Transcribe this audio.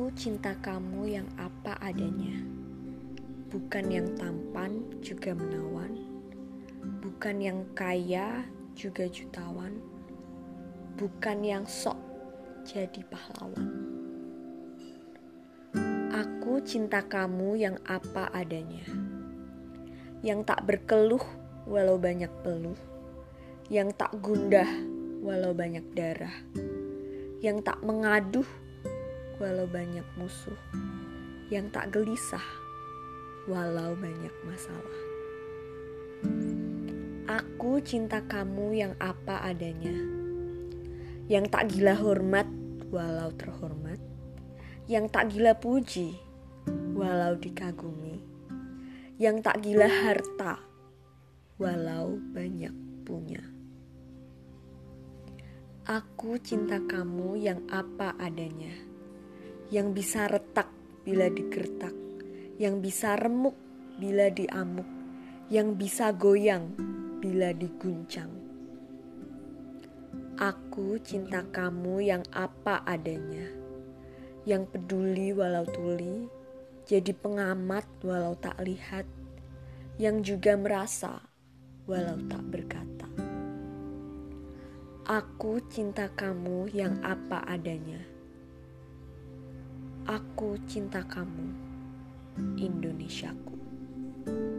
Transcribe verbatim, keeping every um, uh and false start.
Aku cinta kamu yang apa adanya, bukan yang tampan juga menawan, bukan yang kaya juga jutawan, bukan yang sok jadi pahlawan. Aku cinta kamu yang apa adanya, yang tak berkeluh walau banyak peluh, yang tak gundah walau banyak darah, yang tak mengaduh walau banyak musuh, yang tak gelisah walau banyak masalah. Aku cinta kamu yang apa adanya, yang tak gila hormat walau terhormat, yang tak gila puji walau dikagumi, yang tak gila harta walau banyak punya. Aku cinta kamu yang apa adanya, yang bisa retak bila digertak, yang bisa remuk bila diamuk, yang bisa goyang bila diguncang. Aku cinta kamu yang apa adanya, yang peduli walau tuli, jadi pengamat walau tak lihat, yang juga merasa walau tak berkata. Aku cinta kamu yang apa adanya. Aku cinta kamu, Indonesiaku.